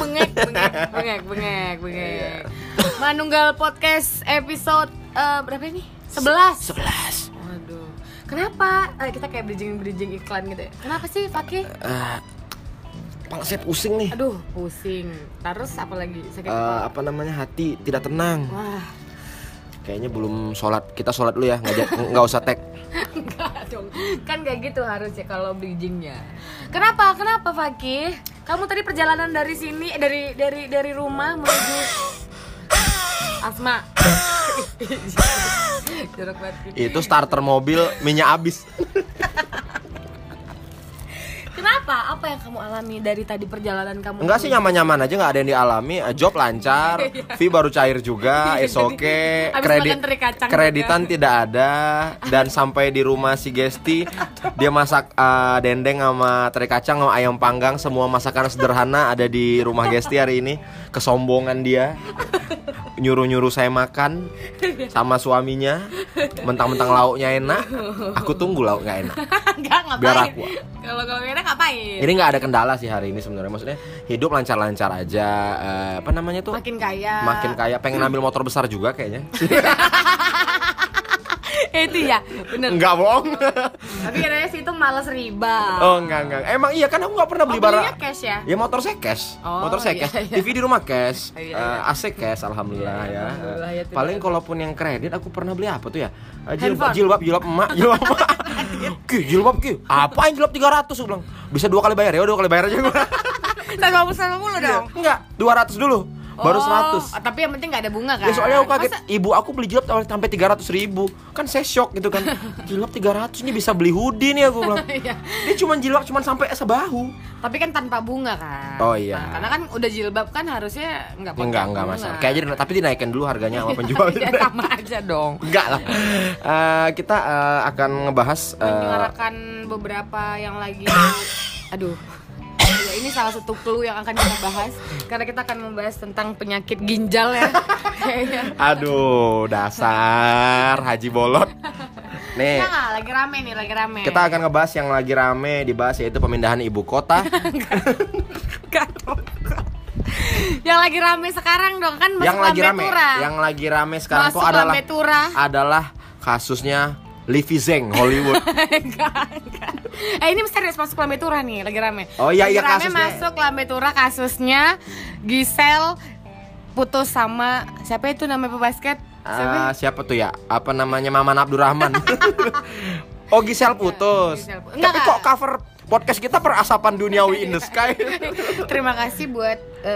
bengek. Manunggal Podcast episode berapa ini? 11. Waduh. Kenapa? Kita kayak bridging iklan gitu ya. Kenapa sih, Fakih? Kepala saya pusing nih. Aduh, pusing. Terus apa lagi? Sakit kepala. Hati tidak tenang. Wah. Kayaknya belum sholat. Kita sholat dulu ya, nggak usah tag. Enggak dong. Kan kayak gitu harusnya kalau bridgingnya. Kenapa Fakih? Kamu tadi perjalanan dari sini dari rumah menuju Asma. Jorok banget. Itu starter mobil minyak habis. Kenapa? Apa yang kamu alami dari tadi perjalanan kamu? Enggak sih, nyaman-nyaman aja, nggak ada yang dialami. Job lancar, fee baru cair juga, is okay. Kreditan tidak ada. Dan sampai di rumah si Gesti, dia masak dendeng sama teri kacang sama ayam panggang. Semua masakan sederhana ada di rumah Gesti hari ini. Kesombongan dia nyuruh saya makan sama suaminya, mentang-mentang lauknya enak. Aku tunggu lauk nggak enak. Biar aku. Kalau enak ngapain? Ini nggak ada kendala sih hari ini sebenarnya. Maksudnya hidup lancar-lancar aja. Apa namanya tuh? Makin kaya. Pengen ambil motor besar juga kayaknya. Itu ya, bener. Enggak bohong. Tapi katanya sih itu malas riba. Oh enggak. Emang iya kan aku nggak pernah beli barang. Cash ya? Ya motor saya cash. Iya. TV di rumah cash. Iya. AC cash, alhamdulillah ya. Alhamdulillah, ya, Paling kalaupun yang kredit aku pernah beli apa tuh ya? Handphone. Jilbab emak. Jilbab. Apa yang jilbab 300 aku bilang. Bisa 2 kali bayar ya, 2 kali bayar aja gua. Sama mulu dong. Enggak, 200 dulu. Baru 100. Tapi yang penting gak ada bunga kan? Ya soalnya aku kaget, ibu aku beli jilbab sampai 300.000. Kan saya shock gitu kan. Jilbab 300 ini bisa beli hoodie nih aku bilang. Dia jilbab cuma sampai sebahu. Tapi kan tanpa bunga kan? Oh iya. Nah, karena kan udah jilbab kan harusnya nggak pakai bunga. Enggak masalah. Kayaknya tapi dinaikin dulu harganya sama penjual. Ya sama aja dong. Enggak lah. Kita akan ngebahas menyuarakan beberapa yang lagi aduh. Ya, ini salah satu clue yang akan kita bahas karena kita akan membahas tentang penyakit ginjal ya. Aduh, dasar Haji Bolot. Nih. Nah, lagi rame. Kita akan ngebahas yang lagi rame dibahas, yaitu pemindahan ibu kota. Enggak dong. Yang lagi rame sekarang dong kan masuk Yang lagi rame sekarang tuh adalah kasusnya Livi Zeng Hollywood. Enggak. Ini serius masuk Lambe Tura nih, lagi rame. Oh iya rame kasusnya. Masuk Lambe Tura kasusnya Giselle putus sama siapa itu namanya pebasket? Siapa tuh ya? Apa namanya, Maman Abdurrahman. Oh, Giselle putus. Tapi kok cover podcast kita perasapan duniawi in the sky. Terima kasih buat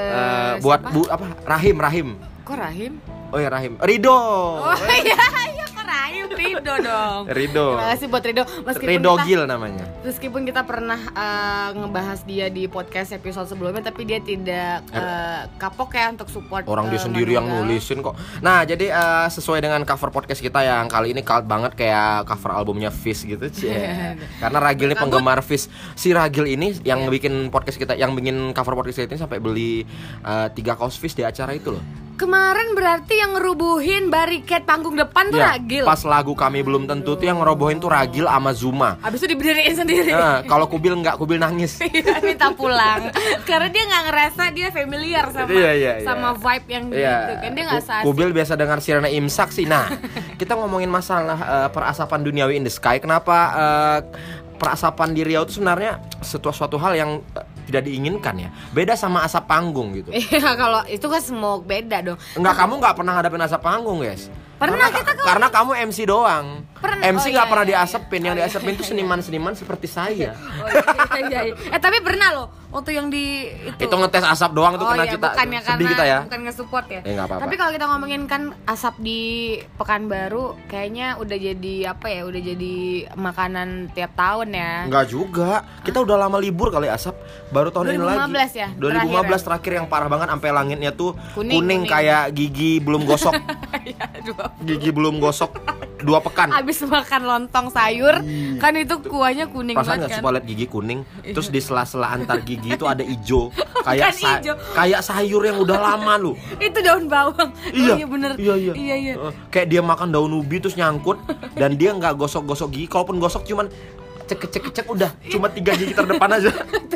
Rahim. Kok Rahim? Oh ya, Rahim. Rido. Oh iya kok Rahim, Rido dong. Terima kasih buat Rido. Rido Gil namanya. Meskipun kita pernah ngebahas dia di podcast episode sebelumnya, tapi dia tidak kapok ya untuk support. Orang dia sendiri yang nulisin kok. Nah, jadi sesuai dengan cover podcast kita yang kali ini cult banget kayak cover albumnya Fish gitu, Karena Ragil ini penggemar Fish. Si Ragil ini yang bikin podcast kita, yang bikin cover podcast kita ini sampai beli 3 kaos Fish di acara itu loh. Kemarin berarti yang ngerubuhin bariket panggung depan tuh Ragil. Pas lagu Kami Belum Tentu tuh yang ngerobohin tuh Ragil sama Zuma. Habis itu diberdiriin sendiri. Nah, kalau Kubil Kubil nangis. Minta pulang. Karena dia nggak ngerasa dia familiar sama vibe yang gitu kan, dia nggak asik. Kubil biasa dengar sirene imsak sih. Nah, kita ngomongin masalah perasapan duniawi in the sky. Kenapa perasapan di Riau itu sebenarnya suatu hal yang tidak diinginkan ya. Beda sama asap panggung gitu. Iya, kalau itu kan smoke beda dong. Enggak, kamu nggak pernah hadapin asap panggung, guys. Pernah karena kamu MC doang. MC nggak pernah diasepin. Yang diasepin itu iya. seniman saya seperti saya. Iya. Tapi pernah loh waktu yang di itu ngetes asap doang tuh kena kita. Sedih kita ya. Bukan nge-support ya. Apa-apa. Tapi kalau kita ngomongin kan asap di Pekanbaru kayaknya udah jadi udah jadi makanan tiap tahun ya. Enggak juga. Kita udah lama libur kali asap. Baru tahun ini lagi. 2015 ya. 2015 terakhir yang parah banget, sampai langitnya tuh kuning kayak gigi belum gosok. Gigi belum gosok 2 pekan. Abis makan lontong sayur, kan itu kuahnya kuning banget kan. Perasaan gak suka liat gigi kuning, terus di sela-sela antar gigi itu ada ijo. Kayak sayur yang udah lama lu. Itu daun bawang. Iya bener. Iya. Kayak dia makan daun ubi terus nyangkut, dan dia gak gosok-gosok gigi. Kalaupun gosok cuman cek udah, cuma 3 gigi terdepan aja. Terus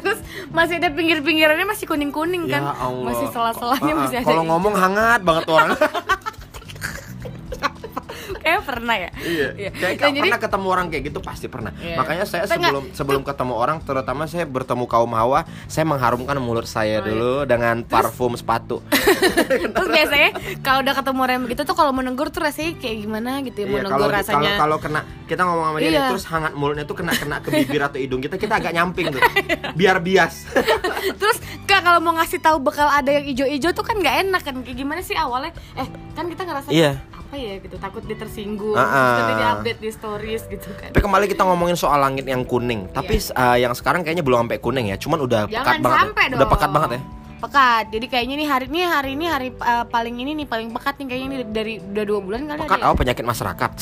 masih ada pinggir-pinggirannya masih kuning-kuning kan. Ya Allah. Masih sela-selanya masih ada. Kalau ngomong hangat banget tuh orang. Kayak pernah ya. Iya. Kayak pernah ketemu orang kayak gitu pasti pernah. Iya. Makanya saya sebelum ketemu orang, terutama saya bertemu kaum hawa, saya mengharumkan mulut saya dulu dengan parfum sepatu. Terus biasanya kalau udah ketemu orang begitu tuh kalau menegur tuh rasanya kayak gimana gitu ya, mau negur rasanya. Kalau kena kita ngomong sama dia terus hangat mulutnya tuh kena ke bibir atau hidung kita agak nyamping tuh. Biar bias. Terus Kak kalau mau ngasih tahu bakal ada yang ijo-ijo tuh kan nggak enak kan. Kayak gimana sih awalnya? Kan kita ngerasa apa ya gitu, takut dia tersinggung, nanti dia update di stories gitu kan. Tapi kembali kita ngomongin soal langit yang kuning. Tapi yang sekarang kayaknya belum sampai kuning ya, cuman udah pekat banget. Udah pekat banget ya. Pekat. Jadi kayaknya nih hari ini paling ini nih paling pekat nih kayaknya nih dari udah 2 bulan kali. Pekat penyakit masyarakat.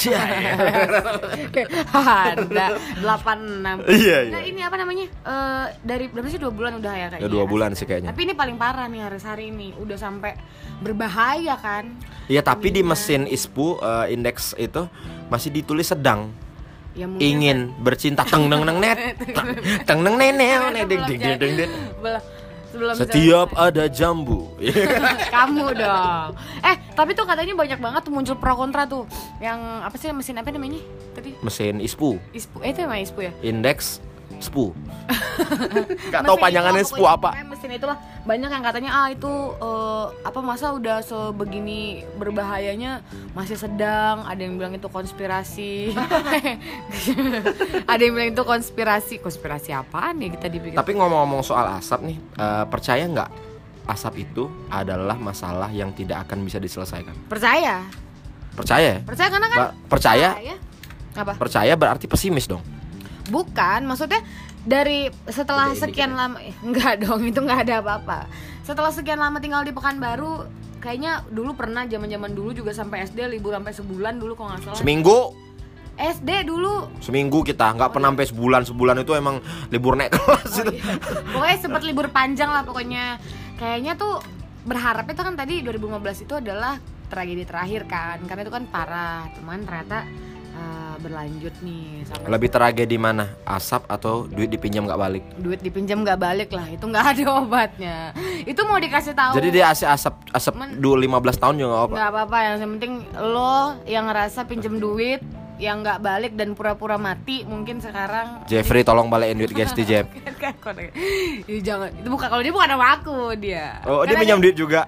Ada 86. Iya. Nah, ini apa namanya? Dari berapa sih 2 bulan udah ya kayaknya. Ya 2 bulan sih kayaknya. Tapi ini paling parah nih hari ini, udah sampai berbahaya kan. Iya, tapi di mesin ISPU indeks itu masih ditulis sedang. Ya, ingin bercinta teng net. Teng nenel ding. Setiap ada jambu. Kamu dong. Tapi tuh katanya banyak banget tuh muncul pro kontra tuh. Yang apa sih mesin apa namanya tadi? Mesin ISPU. Itu emang ISPU ya? Indeks SPU. Gak tahu panjangannya SPU apa. Mesin itulah banyak yang katanya itu masa udah sebegini berbahayanya masih sedang, ada yang bilang itu konspirasi. Ada yang bilang itu konspirasi apaan ya kita dipikir. Tapi ngomong-ngomong soal asap nih, percaya nggak asap itu adalah masalah yang tidak akan bisa diselesaikan? Percaya karena kan percaya apa? Percaya berarti pesimis dong. Bukan, maksudnya dari setelah sekian lama enggak dong, itu enggak ada apa-apa. Setelah sekian lama tinggal di Pekanbaru, kayaknya dulu pernah zaman-zaman dulu juga sampai SD libur sampai sebulan dulu kalau enggak salah. Seminggu. SD dulu. Seminggu kita, enggak pernah sampai sebulan itu emang libur naik kelas itu. Iya. Pokoknya sempat libur panjang lah pokoknya. Kayaknya tuh berharap itu kan tadi 2015 itu adalah tragedi terakhir kan. Karena itu kan parah, teman ternyata berlanjut nih sampai lebih tragedi mana? Asap atau duit dipinjam nggak balik? Duit dipinjam nggak balik lah, itu nggak ada obatnya. Itu mau dikasih tahu. Jadi dia asap 15 tahun juga nggak apa? Nggak apa-apa, yang penting lo yang ngerasa pinjam duit yang nggak balik dan pura-pura mati mungkin sekarang. Jeffrey tolong balikin duit Gesti Jeff. Jangan, itu bukan, kalau dia bukan nama aku dia. Oh, dia pinjam duit juga.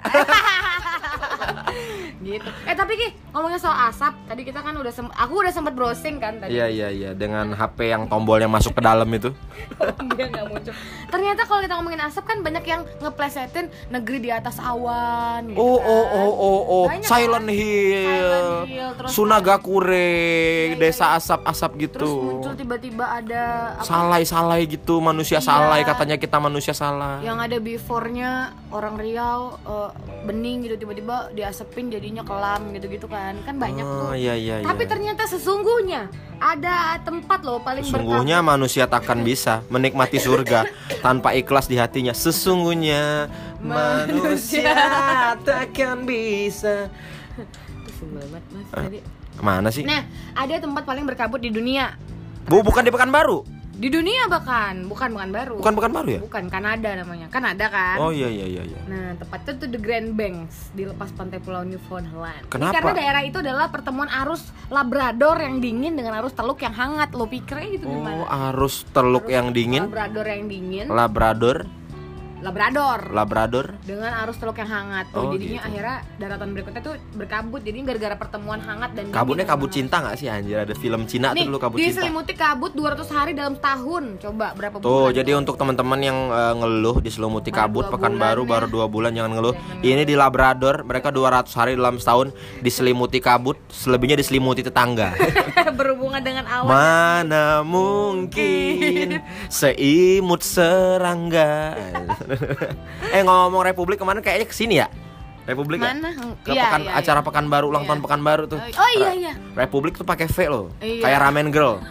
Gitu. Tapi Ki, ngomongnya soal asap, tadi kita kan aku udah sempat browsing kan tadi. Iya, dengan HP yang tombolnya masuk ke dalam itu. Dia nggak muncul. Ternyata kalau kita ngomongin asap kan banyak yang ngeplesetin negeri di atas awan gitu. Kan. Silent Hill, Sunagakure, desa asap-asap gitu. Terus muncul tiba-tiba ada salai gitu, manusia salai, katanya kita manusia salai. Yang ada before-nya orang Riau bening gitu, tiba-tiba diasepin jadinya kelam gitu-gitu kan banyak tuh. Iya. Tapi ternyata sesungguhnya ada tempat loh paling sesungguhnya manusia takkan bisa menikmati surga tanpa ikhlas di hatinya. Sesungguhnya manusia takkan bisa. Kemana sih? Nah, ada tempat paling berkabut di dunia. Bukan di Pekanbaru. Di dunia bukan Pekanbaru. Bukan Pekanbaru ya? Bukan, Kanada namanya. Kanada kan? Oh iya. Nah, tepatnya tuh The Grand Banks di lepas pantai Pulau Newfoundland. Kenapa? Karena daerah itu adalah pertemuan arus Labrador yang dingin dengan arus Teluk yang hangat. Lo pikirnya gitu gimana? Arus Teluk yang dingin. Labrador yang dingin. Labrador dengan arus Teluk yang hangat tuh. Jadinya gitu. Akhirnya daratan berikutnya tuh berkabut. Jadi gara-gara pertemuan hangat dan kabutnya kabut cinta nggak sih anjir? Ada film Cina tuh dulu kabut cinta. Diselimuti kabut 200 hari dalam tahun. Coba berapa bulan? Tuh, jadi untuk teman-teman yang ngeluh diselimuti kabut Pekanbaru baru 2 bulan, jangan ngeluh. Ini di Labrador mereka 200 hari dalam setahun diselimuti kabut, selebihnya diselimuti tetangga. Berhubungan dengan awan. Mana mungkin seimut serangga. Ngomong Republik kemarin kayaknya kesini ya? Republik mana? Ya? Acara Pekanbaru, ulang tahun Pekanbaru tuh. Oh iya. Republik tuh pakai V loh. Kayak Ramen Girl.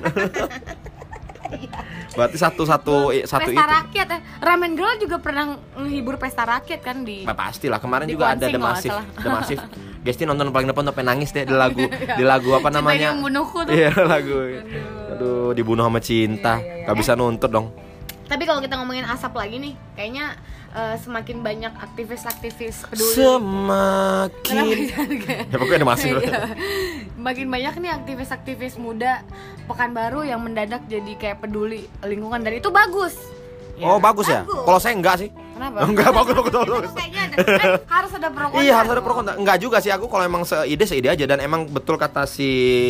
Berarti satu pesta itu. Rakyat ya. Ramen Girl juga pernah menghibur pesta rakyat kan di. Pastilah, kemarin juga ada The Massive. Gesti nonton paling depan sampai nangis deh di lagu apa namanya? Cinta yang membunuhku tuh. Iya, lagu. Aduh, dibunuh sama cinta. Gak bisa nuntut dong. Tapi kalau kita ngomongin asap lagi nih, kayaknya semakin banyak aktivis-aktivis peduli. Semakin. Ya pokoknya ada masih. Makin banyak nih aktivis-aktivis muda Pekanbaru yang mendadak jadi kayak peduli lingkungan, dan itu bagus. Oh bagus ya? Kalau saya enggak sih. Kenapa? Enggak bagus. Kayaknya harus ada pro kontra. Iya harus ada pro kontra. Enggak juga sih, aku kalau emang seide aja. Dan emang betul kata si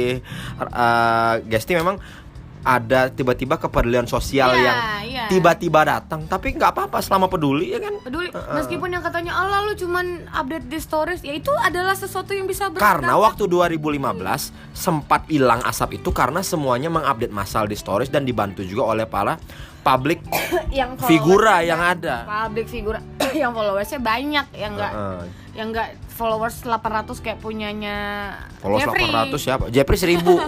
Gesti, memang ada tiba-tiba kepedulian sosial yang tiba-tiba datang. Tapi nggak apa-apa selama peduli ya kan. Peduli. Meskipun yang katanya Allah lu cuman update di stories, ya itu adalah sesuatu yang bisa berdampak. Karena waktu 2015 sempat hilang asap itu karena semuanya mengupdate massal di stories dan dibantu juga oleh para public yang figura yang ada. Public figura yang followersnya banyak, yang enggak followers 800 kayak punyanya followers Jeffrey. 800 siapa? Jeffrey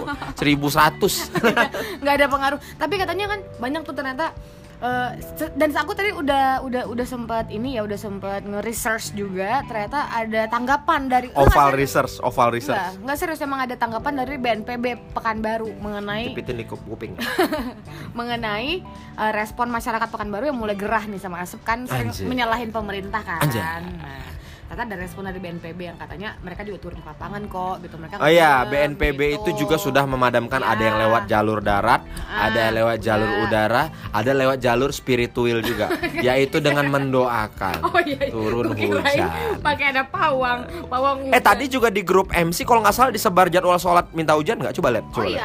1100. Nggak ada pengaruh. Tapi katanya kan banyak tuh ternyata. Dan aku tadi udah sempat nge-research juga, ternyata ada tanggapan dari Oval Research. Nggak serius, emang ada tanggapan dari BNPB Pekanbaru mengenai jepitin di kuping. mengenai respon masyarakat Pekanbaru yang mulai gerah nih sama asap kan, sering menyalahin pemerintah kan. Nah, ternyata ada respon dari BNPB yang katanya mereka juga turun ke lapangan kok gitu. Mereka BNPB gitu. itu juga sudah memadamkan. Ada yang lewat jalur darat, ada yang lewat jalur udara, ada lewat jalur spiritual juga, yaitu dengan mendoakan turun hujan. Pakai ada pawang hujan. Tadi juga di grup MC kalau nggak salah disebar jadwal sholat minta hujan nggak? Coba lihat.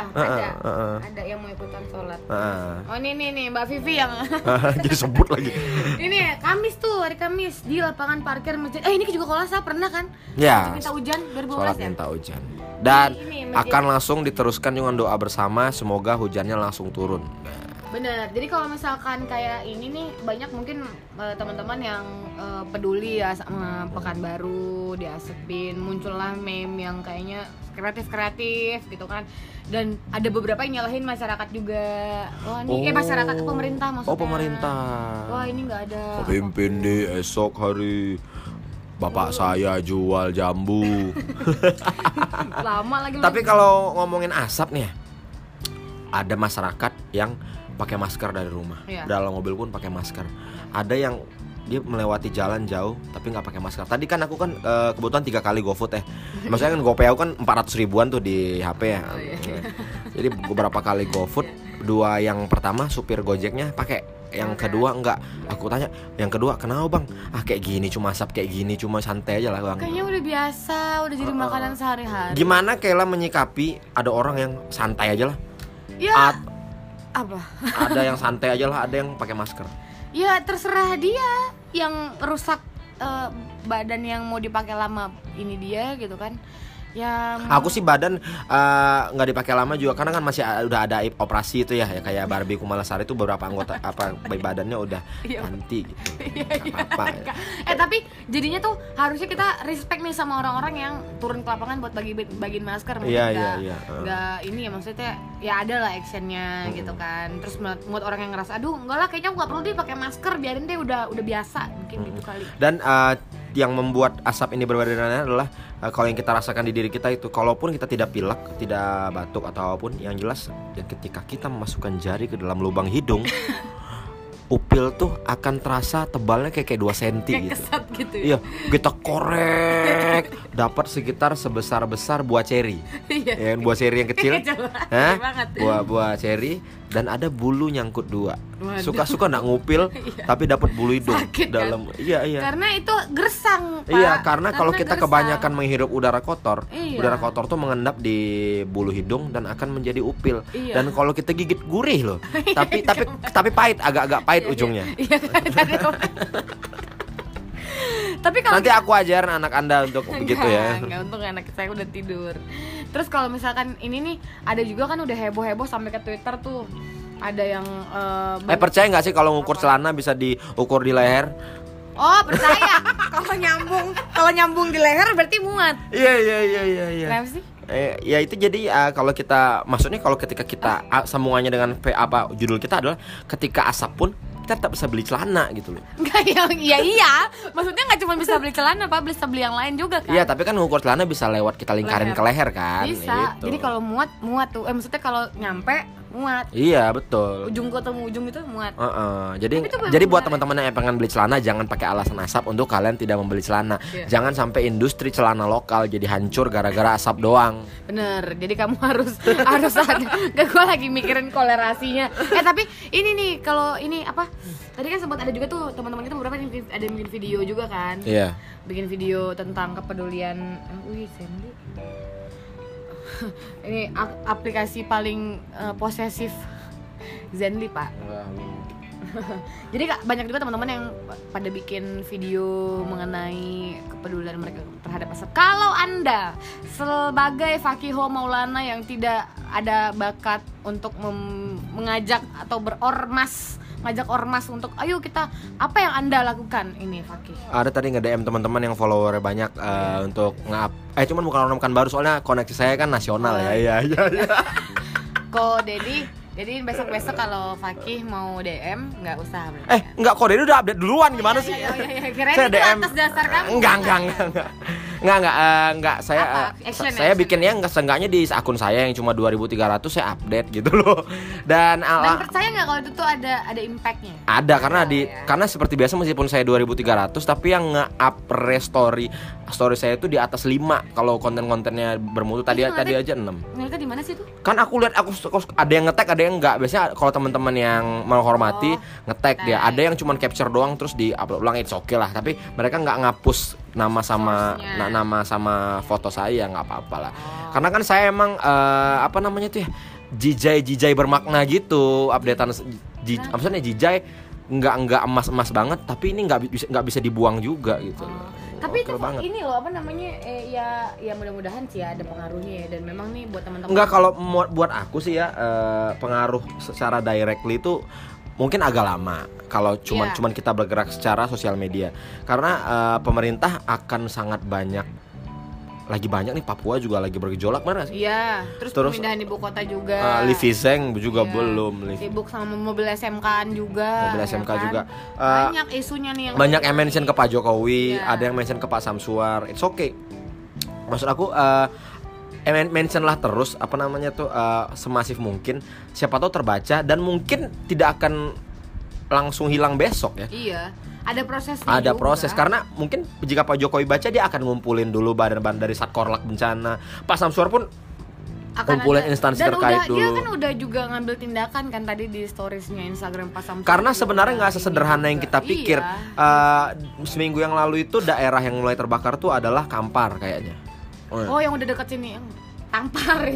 Ada yang mau ikutan sholat. Oh ini Mbak Vivi yang jadi sebut lagi. Ini Kamis tuh, hari Kamis di lapangan parkir masjid. Ini juga kalau saya pernah kan? Ya. Minta hujan 2012 sholat ya. minta hujan. Dan akan langsung diteruskan dengan doa bersama, semoga hujannya langsung turun. Bener. Jadi kalau misalkan kayak ini nih, banyak mungkin teman-teman yang peduli ya sama Pekanbaru, diasepin, muncullah meme yang kayaknya kreatif gitu kan. Dan ada beberapa yang nyalahin masyarakat juga. Wah ini masyarakat, pemerintah maksudnya. Pemerintah. Wah ini nggak ada. Pemimpin di esok hari bapak saya jual jambu. Lama lagi. Tapi kalau ngomongin asap nih, ada masyarakat yang pakai masker dari rumah. Dalam mobil pun pakai masker. Ada yang dia melewati jalan jauh tapi nggak pakai masker. Tadi kan aku kan kebetulan 3 kali GoFood ya. Maksudnya kan GoPay kan 400 ribuan tuh di HP ya. Jadi beberapa kali GoFood, 2 yang pertama supir Gojeknya pakai, yang kedua enggak. Aku tanya, yang kedua kenapa bang? Kayak gini cuma asap, kayak gini cuma santai aja lah bang. Kayaknya udah biasa, udah jadi makanan sehari-hari. Gimana Kayla menyikapi ada orang yang santai aja lah? Ya apa? Ada yang santai aja lah, ada yang pakai masker. Ya terserah dia, yang rusak badan yang mau dipakai lama ini dia gitu kan. Ya, aku sih badan nggak dipakai lama juga karena kan masih udah ada operasi itu ya kayak Barbie Kumalasari itu beberapa anggota badannya udah ganti gitu. Apa ya. Tapi jadinya tuh harusnya kita respect nih sama orang-orang yang turun ke lapangan buat bagiin masker. Nggak ini ya, maksudnya ya ada lah actionnya gitu kan. Terus buat orang yang ngerasa aduh enggak lah kayaknya nggak perlu deh pakai masker, biarin deh udah biasa mungkin gitu kali. Dan yang membuat asap ini berbeda adalah kalau yang kita rasakan di diri kita itu, kalaupun kita tidak pilek, tidak batuk ataupun yang jelas, dan ketika kita memasukkan jari ke dalam lubang hidung, upil tuh akan terasa tebalnya kayak 2 cm gitu. Kesat gitu ya. Iya, kita korek dapat sekitar sebesar buah ceri. Ya, buah ceri yang kecil. Buah ceri dan ada bulu nyangkut 2. Suka-suka enggak ngupil tapi dapat bulu hidung. Sakit, dalam kan? Iya. Karena itu gersang, Pak. Iya, karena kalau kita kebanyakan menghirup udara kotor, udara kotor tuh mengendap di bulu hidung dan akan menjadi upil. Dan kalau kita gigit gurih loh. Tapi pahit, agak-agak pahit ujungnya. Tapi kalau nanti aku ajarin anak Anda untuk begitu ya. Enggak, untuk anak saya udah tidur. Terus kalau misalkan ini nih, ada juga kan udah heboh-heboh sampai ke Twitter tuh. Ada yang percaya nggak sih kalau ngukur celana bisa diukur di leher? Oh, percaya. Kalau nyambung di leher berarti muat. Iya. Kenapa sih? Ya itu jadi kalau kita, maksudnya kalau ketika kita sambungannya dengan judul kita adalah ketika asap pun kita tetap bisa beli celana gitu loh. Enggak iya. Maksudnya nggak cuma bisa beli celana, Pak, bisa beli yang lain juga kan. Iya, tapi kan ngukur celana bisa lewat kita lingkarin ke leher kan. Bisa. Gitu. Jadi kalau muat tuh, maksudnya kalau nyampe muat. Iya betul. Ujung ketemu ujung itu muat. Jadi buat teman-teman yang pengen beli celana, jangan pakai alasan asap untuk kalian tidak membeli celana. Jangan sampai industri celana lokal jadi hancur gara-gara asap doang. Bener. Jadi kamu harus ada. Gak, gue lagi mikirin kolerasinya. Tapi ini nih, kalau ini apa? Tadi kan sempat ada juga tuh teman-teman kita beberapa ada yang bikin video juga kan. Iya. Bikin video tentang kepedulian. Sandy. Ini aplikasi paling posesif Zenly, Pak. Jadi banyak juga teman-teman yang pada bikin video mengenai kepedulian mereka terhadap asap. Kalau Anda sebagai Fakiho Maulana yang tidak ada bakat untuk mengajak atau ngajak ormas untuk ayo kita, apa yang Anda lakukan ini, Fakih? Ada tadi nge-DM teman-teman yang followernya banyak untuk nge-up. Cuman bukan orang bukan baru, soalnya koneksi saya kan nasional ya. Kok jadi besok-besok kalau Fakih mau DM nggak usah. Enggak, kok Dedi udah update duluan, gimana sih? Kirain itu DM atas dasar kamu. Enggak. Saya bikinnya seenggaknya di akun saya yang cuma 2.300 saya update gitu loh. Dan percaya nggak kalau itu tuh ada impactnya? Ada, karena seperti biasa meskipun saya 2.300 tapi yang nge-up story saya itu di atas 5 kalau konten-kontennya bermutu. Tadi aja 6. Ngeliatnya di mana sih tuh? Kan aku lihat ada yang nge-tag, ada yang enggak. Biasanya kalau teman-teman yang menghormati nge-tag dia. Ada yang cuma capture doang terus di-upload ulang, it's okay lah. Tapi mereka enggak ngapus nama sama foto saya, enggak apa-apa lah. Karena kan saya emang jijai bermakna gitu, updatean maksudnya jijai enggak emas banget, tapi ini enggak bisa dibuang juga gitu. Tapi itu ini loh ya mudah-mudahan sih ada pengaruhnya ya, dan memang nih buat teman-teman. Enggak, kalau buat aku sih ya pengaruh secara directly itu mungkin agak lama kalau cuman kita bergerak secara sosial media, karena pemerintah akan sangat lagi banyak nih, Papua juga lagi bergejolak, benar gak sih? Iya, terus pemindahan ibu kota juga. Livi Zeng juga belum. Sibuk sama mobil SMK juga. Banyak isunya nih yang mention ke Pak Jokowi, ada yang mention ke Pak Samsuar. It's okay. Maksud aku mention lah terus semasif mungkin. Siapa tahu terbaca dan mungkin tidak akan langsung hilang besok ya. Iya. Ada proses juga. Karena mungkin jika Pak Jokowi baca, dia akan ngumpulin dulu badan-badan dari Satkorlak Bencana. Pak Samsuar pun ngumpulin instansi terkait dulu. Dia kan udah juga ngambil tindakan kan tadi di storiesnya Instagram Pak Samsuar. Karena sebenarnya nggak sesederhana yang kita pikir. Seminggu yang lalu itu daerah yang mulai terbakar tuh adalah Kampar kayaknya. Yang udah deket sini. Tampar.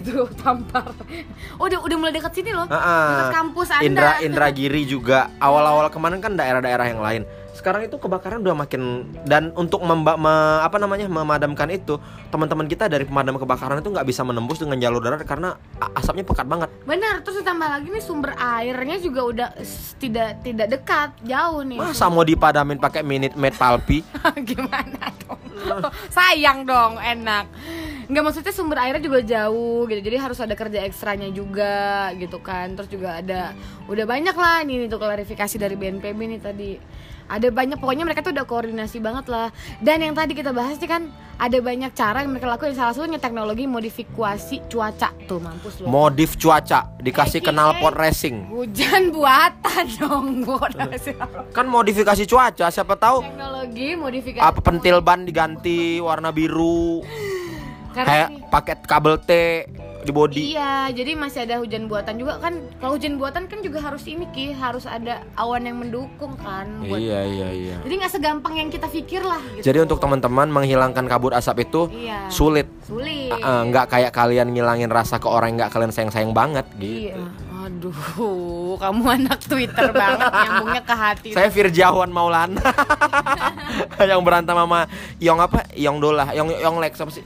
Udah mulai dekat sini loh. Dekat kampus Anda. Indragiri juga. Awal-awal kemarin kan daerah-daerah yang lain. Sekarang itu kebakaran udah makin, dan untuk memadamkan itu, teman-teman kita dari pemadam kebakaran itu nggak bisa menembus dengan jalur darat karena asapnya pekat banget. Benar, terus ditambah lagi nih sumber airnya juga udah tidak dekat, jauh nih. Masa mau dipadamin pakai Minute Maid Palpi? Gimana dong? Sayang dong, enak. Nggak, maksudnya sumber airnya juga jauh gitu, jadi harus ada kerja ekstranya juga gitu kan. Terus juga udah banyak lah nih tuh klarifikasi dari BNPB nih tadi. Ada banyak, pokoknya mereka tuh udah koordinasi banget lah. Dan yang tadi kita bahas sih kan ada banyak cara yang mereka lakuin. Salah satunya teknologi modifikasi cuaca. Tuh mampus loh. Modif cuaca, dikasih knalpot racing. Hujan buatan dong. Kan modifikasi cuaca, siapa tahu teknologi modifikasi. Apa pentil ban diganti warna biru. Kayak paket kabel T di body. Iya, jadi masih ada hujan buatan juga kan. Kalau hujan buatan kan juga harus harus ada awan yang mendukung kan. Iya. Jadi nggak segampang yang kita pikir lah gitu. Jadi untuk teman-teman menghilangkan kabut asap itu sulit. Nggak kayak kalian ngilangin rasa ke orang yang nggak kalian sayang banget gitu. Iya. Aduh, kamu anak Twitter banget, nyambungnya ke hati. Saya Firjawan Maulana. Yang berantem sama Yong Dolah, Yong Lex apa sih?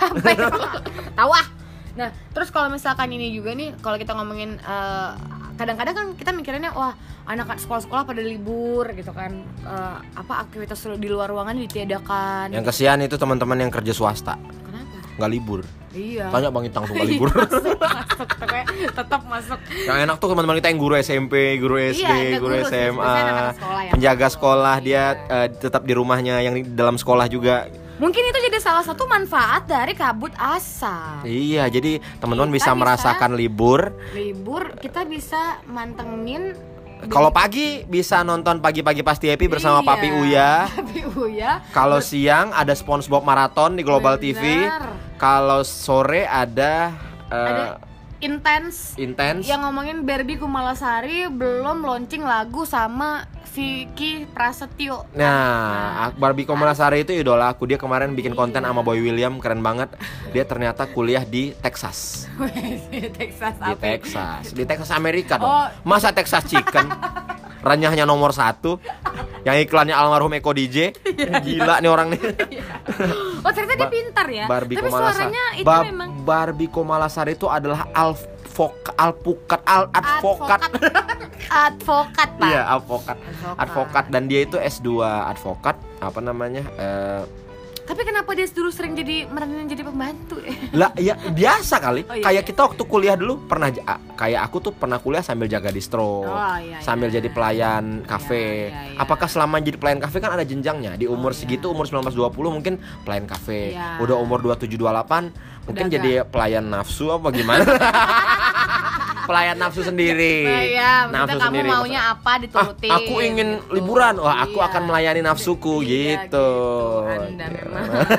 Tahu ah. Nah, terus kalau misalkan ini juga nih, kalau kita ngomongin kadang-kadang kan kita mikirannya wah, anak sekolah-sekolah pada libur gitu kan. Aktivitas di luar ruangan ditiadakan. Yang kesian itu teman-teman yang kerja swasta. Kenapa? Nggak libur. Iya. Tanya Bang Itang tuh nggak libur. masuk tetap masuk. Yang enak tuh teman-teman kita yang guru SMP, guru SD, guru SMA, penjaga sekolah, dia tetap di rumahnya, yang di dalam sekolah juga. Mungkin itu jadi salah satu manfaat dari kabut asap. Iya, jadi teman-teman Kita bisa merasakan libur. Kita bisa mantengin. Kalau pagi bisa nonton Pagi-pagi Pasti Happy bersama Iya, Papi Uya. Papi Uya. Kalau siang ada SpongeBob Marathon di Global Bener. TV. Kalau sore ada Intens yang ngomongin Barbie Kumalasari, belum launching lagu sama Vicky Prasetyo. Nah, Barbie Kumalasari itu idola aku. Dia kemarin bikin konten sama Boy William, keren banget. Dia ternyata kuliah di Texas. Di Texas Amerika dong. Masa Texas Chicken? Renyahnya nomor 1. Yang iklannya almarhum Eko DJ. Gila nih orang nih. Oh, ternyata dia pintar ya. Barbie Tapi Kumalasari. suaranya itu memang Barbie Kumalasari itu adalah advokat, Pak. Iya, advokat dan dia itu S2 advokat, apa namanya? Tapi kenapa dia dulu sering jadi meranin jadi pembantu ya? Lah, ya biasa kali. Oh, iya, kayak iya. kita waktu kuliah dulu pernah kayak aku tuh pernah kuliah sambil jaga distro. Sambil jadi pelayan kafe. Iya. Apakah selama jadi pelayan kafe kan ada jenjangnya? Di umur segitu, umur 19-20 mungkin pelayan kafe. Iya. Udah umur 27-28 mungkin Udah jadi pelayan nafsu apa gimana? Pelayan nafsu sendiri. Iya, Nafsu kamu sendiri. maunya apa diturutin. Aku ingin liburan. Wah, aku Iya. akan melayani nafsuku Iya, gitu. Anda memang.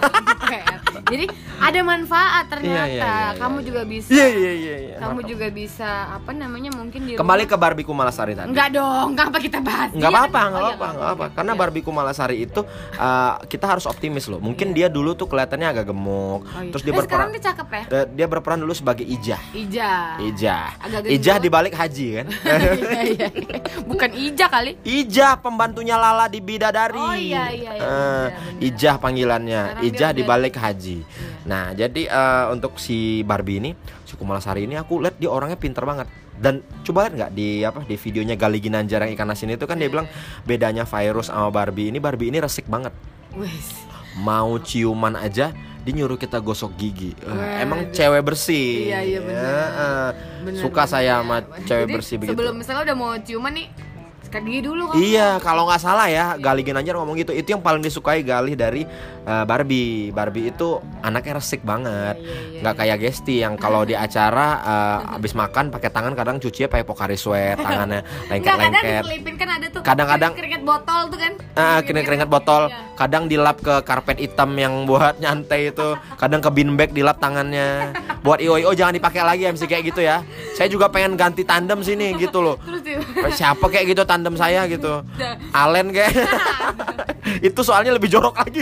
Jadi ada manfaat ternyata. Iya. Kamu juga bisa. Iya. Kamu juga bisa apa namanya mungkin di Kembali rumah. ke Barbie Kumalasari tadi. Enggak dong, kenapa kita bahas? Nggak dia? apa-apa, nggak Oh, iya, apa-apa. Karena Barbie Kumalasari itu kita harus optimis loh. Mungkin dia dulu tuh kelihatannya agak gemuk. Oh, iya. Terus dia sekarang berperan, dia cakep ya? dia berperan dulu sebagai Ijah. Agak gendut. Ijah di balik Haji kan. Iya. Bukan Ija kali. Ijah pembantunya Lala di Bidadari. Oh, iya, bener. Ijah panggilannya. Sekarang Ijah dia di udah- balik Haji. Nah, jadi untuk si Barbie ini, si Kumalasari ini aku lihat dia orangnya pinter banget. Dan coba lihat nggak di videonya Gali Ginanjar yang ikan asin itu kan dia bilang bedanya virus sama Barbie ini resik banget. Wes. Mau ciuman aja dia nyuruh kita gosok gigi. Wah, Emang cewek bersih. Iya, benar. Benar, Suka benar. saya sama cewek Jadi, bersih begitu. Sebelum misalnya udah mau ciuman nih, sikat gigi dulu kamu. Iya, kalau nggak salah ya, Gali Ginanjar ngomong gitu. Itu yang paling disukai Gali dari Barbie. Barbie itu anaknya resik banget, Iya. nggak kayak Gesti yang kalau di acara abis makan pakai tangan kadang cucinya pakai Pocari Sweat, tangannya Enggak, kadang lengket-lengket. diselipin kan ada tuh. Kadang-kadang- keringet botol tuh kan. Keringet botol, Iya. kadang dilap ke karpet hitam yang buat nyantai itu, kadang ke bean bag dilap tangannya. Buat IO jangan dipakai lagi MC kayak gitu ya. Saya juga pengen ganti tandem sini gitu loh. Terus dia Siapa kayak gitu tandem saya gitu? Alen kayak. Itu soalnya lebih jorok lagi.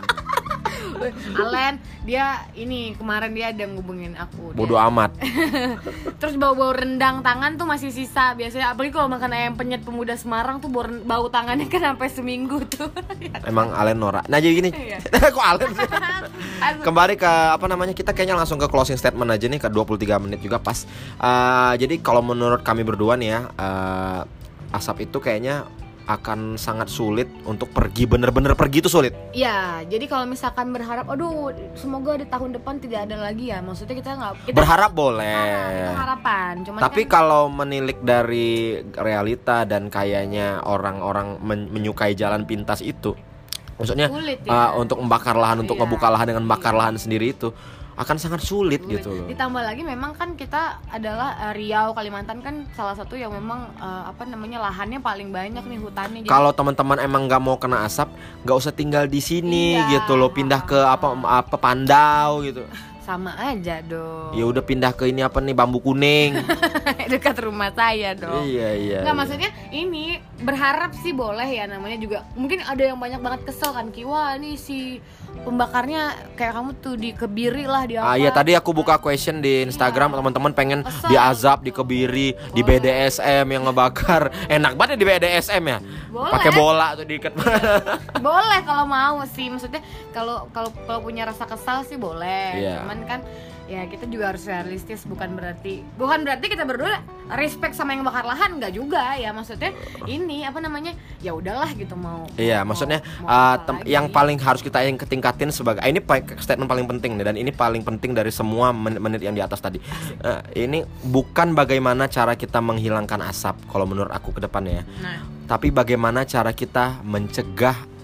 Alen, dia ini kemarin dia ada ngubungin aku. Bodoh amat. Terus bau-bau rendang tangan tuh masih sisa. Biasanya apalagi kalau makan ayam penyet Pemuda Semarang tuh bau tangannya kan sampai seminggu tuh. Emang Alen norak. Nah jadi gini. Iya. Kok Alen sih? Kembali ke apa namanya, kita kayaknya langsung ke closing statement aja nih, ke 23 menit juga pas. Jadi kalau menurut kami berdua nih ya, asap itu kayaknya akan sangat sulit untuk pergi, bener-bener pergi itu sulit. Ya, jadi kalau misalkan berharap, aduh, semoga di tahun depan tidak ada lagi ya. Maksudnya kita Berharap boleh. itu harapan. Cuman Tapi kan, kalau menilik dari realita dan kayaknya orang-orang menyukai jalan pintas itu, maksudnya sulit ya. untuk membakar lahan, untuk Iya. ngebuka lahan dengan bakar lahan sendiri itu akan sangat sulit gitu loh. Ditambah lagi memang kan kita adalah Riau, Kalimantan kan salah satu yang memang lahannya paling banyak nih, hutannya. Jadi Kalau teman-teman emang nggak mau kena asap, nggak usah tinggal di sini Iya. gitu loh, pindah ke apa Pandau gitu. sama aja dong. Ya udah pindah ke ini apa nih, Bambu Kuning. Dekat rumah saya dong. Iya. Nggak, maksudnya ini berharap sih boleh ya, namanya juga mungkin ada yang banyak banget kesel kan, Kiwa nih si pembakarnya kayak kamu tuh dikebiri lah, di apa. Iya, tadi aku buka question di Instagram, teman-teman pengen Kesel. diazab, dikebiri, di BDSM yang ngebakar. Enak banget ya di BDSM ya. Boleh. Pakai bola tuh diikat. Boleh kalau mau sih, maksudnya kalau punya rasa kesal sih boleh. Iya. Cuman kan ya kita juga harus realistis, bukan berarti kita berdua respect sama yang bakar lahan, enggak juga ya, maksudnya ini apa namanya, ya udahlah gitu mau. Iya, maksudnya mau apa lagi. yang paling harus kita tingkatin sebagai ini statement paling penting nih, dan ini paling penting dari semua menit yang di atas tadi. Ini bukan bagaimana cara kita menghilangkan asap kalau menurut aku ke depannya ya. Nah, Tapi bagaimana cara kita mencegah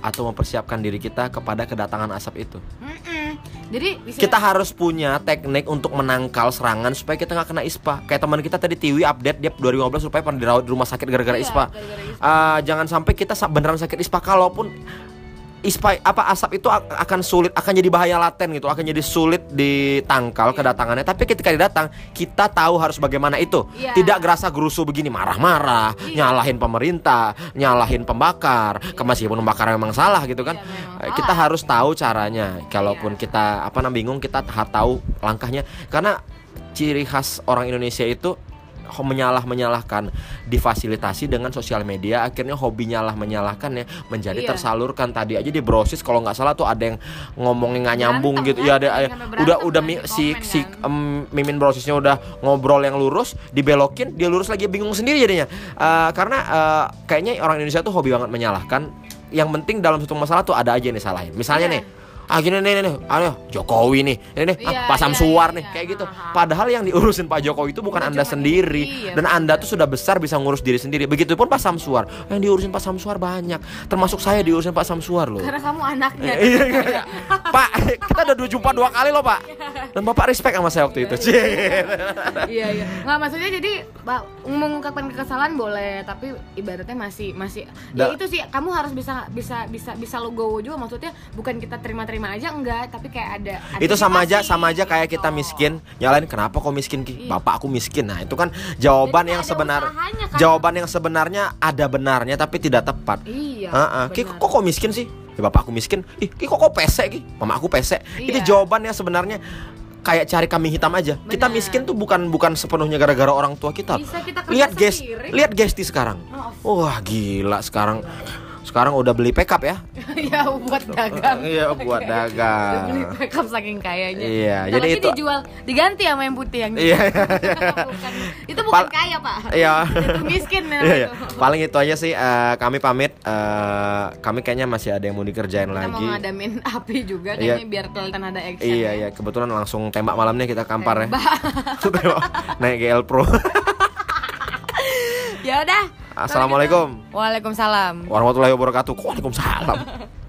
atau mempersiapkan diri kita kepada kedatangan asap itu. Jadi kita harus punya teknik untuk menangkal serangan supaya kita nggak kena ISPA. Kayak teman kita tadi Tiwi update dia 2015 supaya pernah dirawat di rumah sakit gara-gara ISPA. Jangan sampai kita beneran sakit ISPA. Kalaupun ISPA asap itu akan sulit, akan jadi bahaya laten gitu, akan jadi sulit ditangkal kedatangannya. Tapi ketika datang, kita tahu harus bagaimana itu. Tidak gerasa gerusu begini, marah-marah, nyalahin pemerintah, nyalahin pembakar, meskipun pembakar memang salah gitu kan. Kita harus tahu caranya. Kalaupun kita bingung, kita tahu langkahnya. Karena ciri khas orang Indonesia itu menyalahkan, difasilitasi dengan sosial media, akhirnya hobi menyalahkan ya menjadi tersalurkan. Tadi aja di brosis kalau nggak salah tuh ada yang ngomongin nggak nyambung gitu ya, ada udah si mimin brosisnya udah ngobrol yang lurus dibelokin, dia lurus lagi, bingung sendiri jadinya. Karena kayaknya orang Indonesia tuh hobi banget menyalahkan. Yang penting dalam satu masalah tuh ada aja yang disalahin. Misalnya nih, gini nih, Jokowi nih, Pak Samsuar nih, kayak gitu. Padahal yang diurusin Pak Jokowi itu bukan Anda sendiri, dan Anda tuh sudah besar bisa ngurus diri sendiri. Begitupun Pak Samsuar, yang diurusin Pak Samsuar banyak, termasuk saya diurusin Pak Samsuar loh. Karena kamu anaknya. Pak, kita udah jumpa 2 kali loh Pak, dan Bapak respect sama saya waktu itu. Iya. Nggak, maksudnya jadi mengungkapkan kekesalan boleh, tapi ibaratnya masih ya itu sih, kamu harus bisa logowo juga. Maksudnya bukan kita terima aja, enggak, tapi kayak ada itu sama aja kayak kita miskin, nyalain kenapa kok miskin Ki? Bapak aku miskin. Nah, itu kan jawaban yang sebenarnya ada benarnya tapi tidak tepat. Ki kok miskin sih? Ya bapak aku miskin. Ki kok pesek Ki? Mama aku pesek. Itu jawaban yang sebenarnya kayak cari kambing hitam aja. Kita miskin tuh bukan sepenuhnya gara-gara orang tua kita. Lihat Gesti sekarang. Wah, gila sekarang udah beli pickup ya. Ya buat dagang. Iya buat dagang. Beli pickup saking kayanya. Iya, jadi itu dijual, diganti sama yang putih yang itu. Iya. Itu bukan kaya Pak. Iya. Itu miskin Iya. Paling itu aja sih. Kami pamit. Kami kayaknya masih ada yang mau dikerjain lagi. Kita mau ngadamin api juga kayaknya biar kelihatan ada action. Iya. Kebetulan langsung tembak malamnya kita kampar ya. Naik GL Pro. Ya udah. Assalamualaikum. Waalaikumsalam. Warahmatullahi wabarakatuh. Waalaikumsalam.